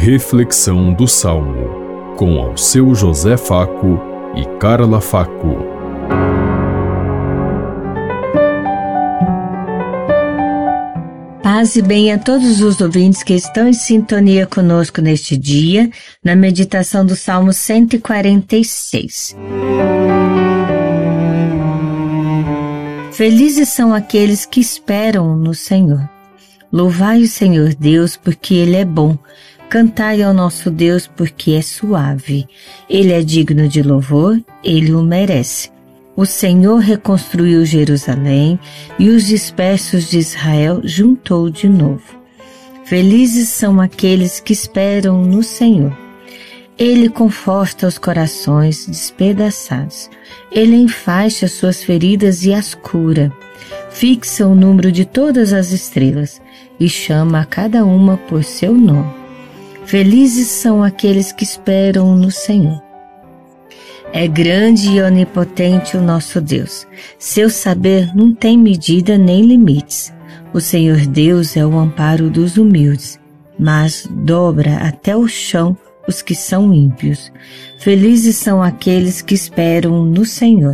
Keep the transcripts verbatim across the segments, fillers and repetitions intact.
Reflexão do Salmo, com Alceu José Faco e Carla Faco. Paz e bem a todos os ouvintes que estão em sintonia conosco neste dia, na meditação do Salmo cento e quarenta e seis. Felizes são aqueles que esperam no Senhor. Louvai o Senhor Deus, porque Ele é bom. Cantai ao nosso Deus, porque é suave. Ele é digno de louvor, Ele o merece. O Senhor reconstruiu Jerusalém e os dispersos de Israel juntou de novo. Felizes são aqueles que esperam no Senhor. Ele conforta os corações despedaçados. Ele enfaixa suas feridas e as cura. Fixa o número de todas as estrelas e chama a cada uma por seu nome. Felizes são aqueles que esperam no Senhor. É grande e onipotente o nosso Deus. Seu saber não tem medida nem limites. O Senhor Deus é o amparo dos humildes, mas dobra até o chão os que são ímpios. Felizes são aqueles que esperam no Senhor.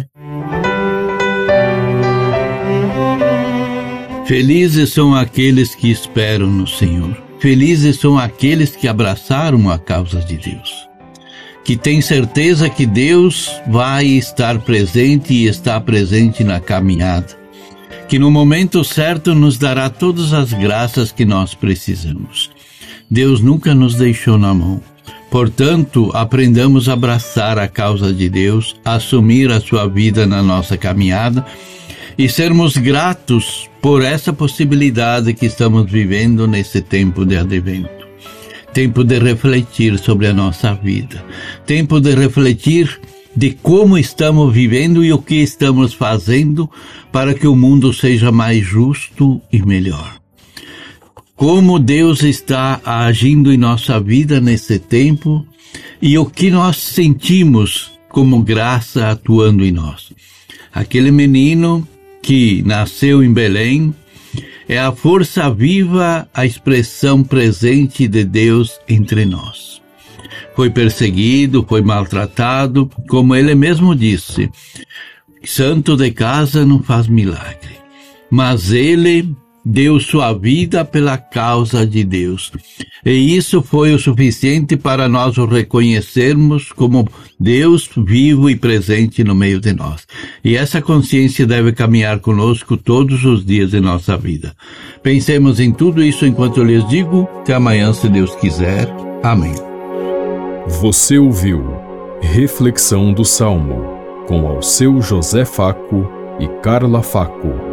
Felizes são aqueles que esperam no Senhor. Felizes são aqueles que abraçaram a causa de Deus, que têm certeza que Deus vai estar presente e está presente na caminhada, que no momento certo nos dará todas as graças que nós precisamos. Deus nunca nos deixou na mão. Portanto, aprendamos a abraçar a causa de Deus, assumir a sua vida na nossa caminhada e sermos gratos por essa possibilidade que estamos vivendo nesse tempo de advento. Tempo de refletir sobre a nossa vida. Tempo de refletir de como estamos vivendo e o que estamos fazendo para que o mundo seja mais justo e melhor. Como Deus está agindo em nossa vida nesse tempo e o que nós sentimos como graça atuando em nós. Aquele menino que nasceu em Belém é a força viva, a expressão presente de Deus entre nós. Foi perseguido, foi maltratado, como ele mesmo disse, santo de casa não faz milagre, mas ele deu sua vida pela causa de Deus. E isso foi o suficiente para nós o reconhecermos como Deus vivo e presente no meio de nós. E essa consciência deve caminhar conosco todos os dias de nossa vida. Pensemos em tudo isso enquanto eu lhes digo. Até amanhã, se Deus quiser. Amém. Você ouviu Reflexão do Salmo, com Alceu José Faco e Carla Faco.